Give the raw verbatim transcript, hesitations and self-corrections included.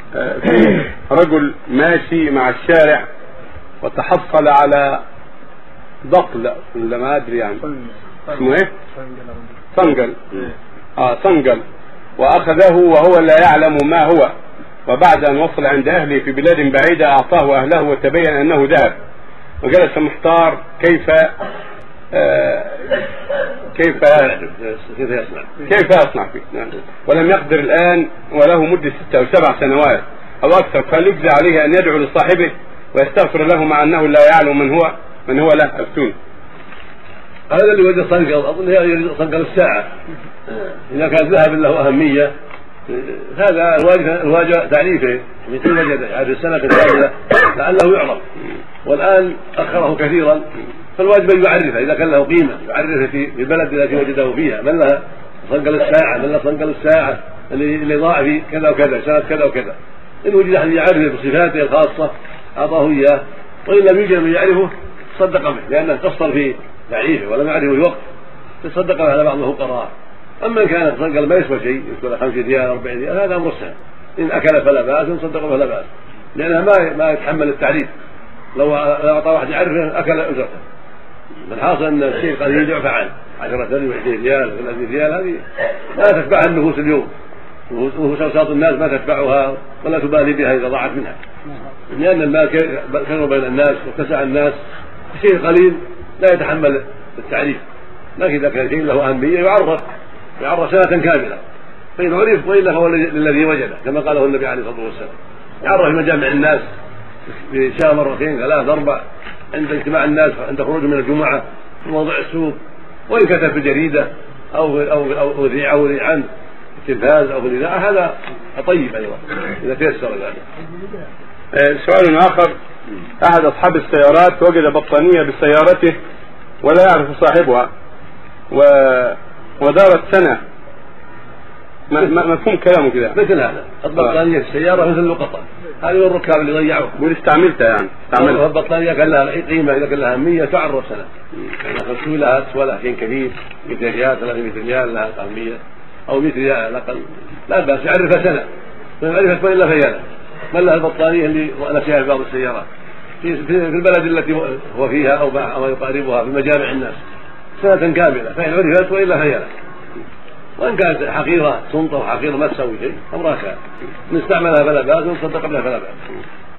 في رجل ماشي مع الشارع وتحصل على ضقل ولا ما ادري يعني اسمه ايه؟ صنقل. اه صنقل، واخذه وهو لا يعلم ما هو، وبعد ان وصل عند اهله في بلاد بعيدة اعطاه اهله وتبين انه ذهب، وجلس محتار كيف آه كيف كيف يصنع كيف يصنع فيه، ولم يقدر الان وله مدة ستة او سبع سنوات او اكثر، فليجزى عليه ان يدعو لصاحبه ويستغفر له مع انه لا يعلم من هو من هو له. افتون. هذا اللي وجد صنقل، اظن يريد صنقل الساعة، اذا كان ذهب له اهمية هذا الواجب تعريفه، مثل وجد هذه السنة الثالثة لعله يعرف، والآن أخره كثيرا، فالواجب أن يعرفه إذا كان له قيمة، يعرفه في البلد التي وجده فيها، من لها صنقل الساعة، من لها صنقل الساعة اللي ضاع في كذا وكذا سنة كذا وكذا. إن وجد أحد يعرفه بصفاته الخاصة أعطاه إياه، وإن لم يوجد من يعرفه تصدق به، لأنه قصر في تعريفه ولم يعرفه الوقت، تصدق على بعض الفقراء. أما إن كان صنقل ما يسوى شيء، يسوى خمس ريال أربعين ريال، هذا أمر سهل، إن أكل فلا بأس، إن صدق فلا بأس، لأنها ما ما يتحمل التعريف. لو أعطى واحد يعرفه أكل أجرته. الحاصل أن الشيء قليل يعفى عنه، عشرة ريال وعشرين ريال ثلاثين ريال، هذه لا تتبعها النفوس اليوم، نفوس أوساط الناس ما تتبعها ولا تبالي بها إذا ضاعت منها، لأن المال كثر بين الناس واتسع الناس، الشيء قليل لا يتحمل التعريف. لكن إذا كان شيء له أهمية يعرف يعرف سنة كاملة، فإن عرف وإلا فهو الذي وجده، كما قاله النبي عليه الصلاة والسلام، يعرف في مجامع الناس في شهر مرتين ثلاث أربع، عند اجتماع الناس، عند خروج من الجمعة، في موضع السوق، وإن كتب في جريدة أو أو أو أذيع أو أذيع عن التلفاز أو في الإذاعة، هذا طيب أيضا إذا تيسر ذلك. سؤال آخر: أحد أصحاب السيارات وجد بطانية بسيارته ولا يعرف صاحبها و... ودارت سنة، مفهوم كلامه كذا؟ مثل هذا البطانية في السيارة مثل اللقطة، هذه الركاب اللي ضيعوها واللي استعملتها يعني استعملها. البطانية كان لها قيمة، إذا كان لها أهمية تعرف سنة، يعني تسوي لها تسوى لها شيء كبير، مئة ريال ثلاثمائة ريال لها أهمية، أو مئة ريال على الأقل، لا بأس يعرفها سنة، ما يعرفها اسمها إلا فيانا. من لها البطانية اللي نسيها في بعض السيارات في البلد التي هو فيها أو أو يقاربها في مجامع الناس سنة كاملة، فإن عرفت وإلا فيانا. وإن كانت حقيرة سنطة وحقيرة ما تسوي شيء أمرها كان، إن استعملها فلا بأس وإن صدق بها فلا بأس.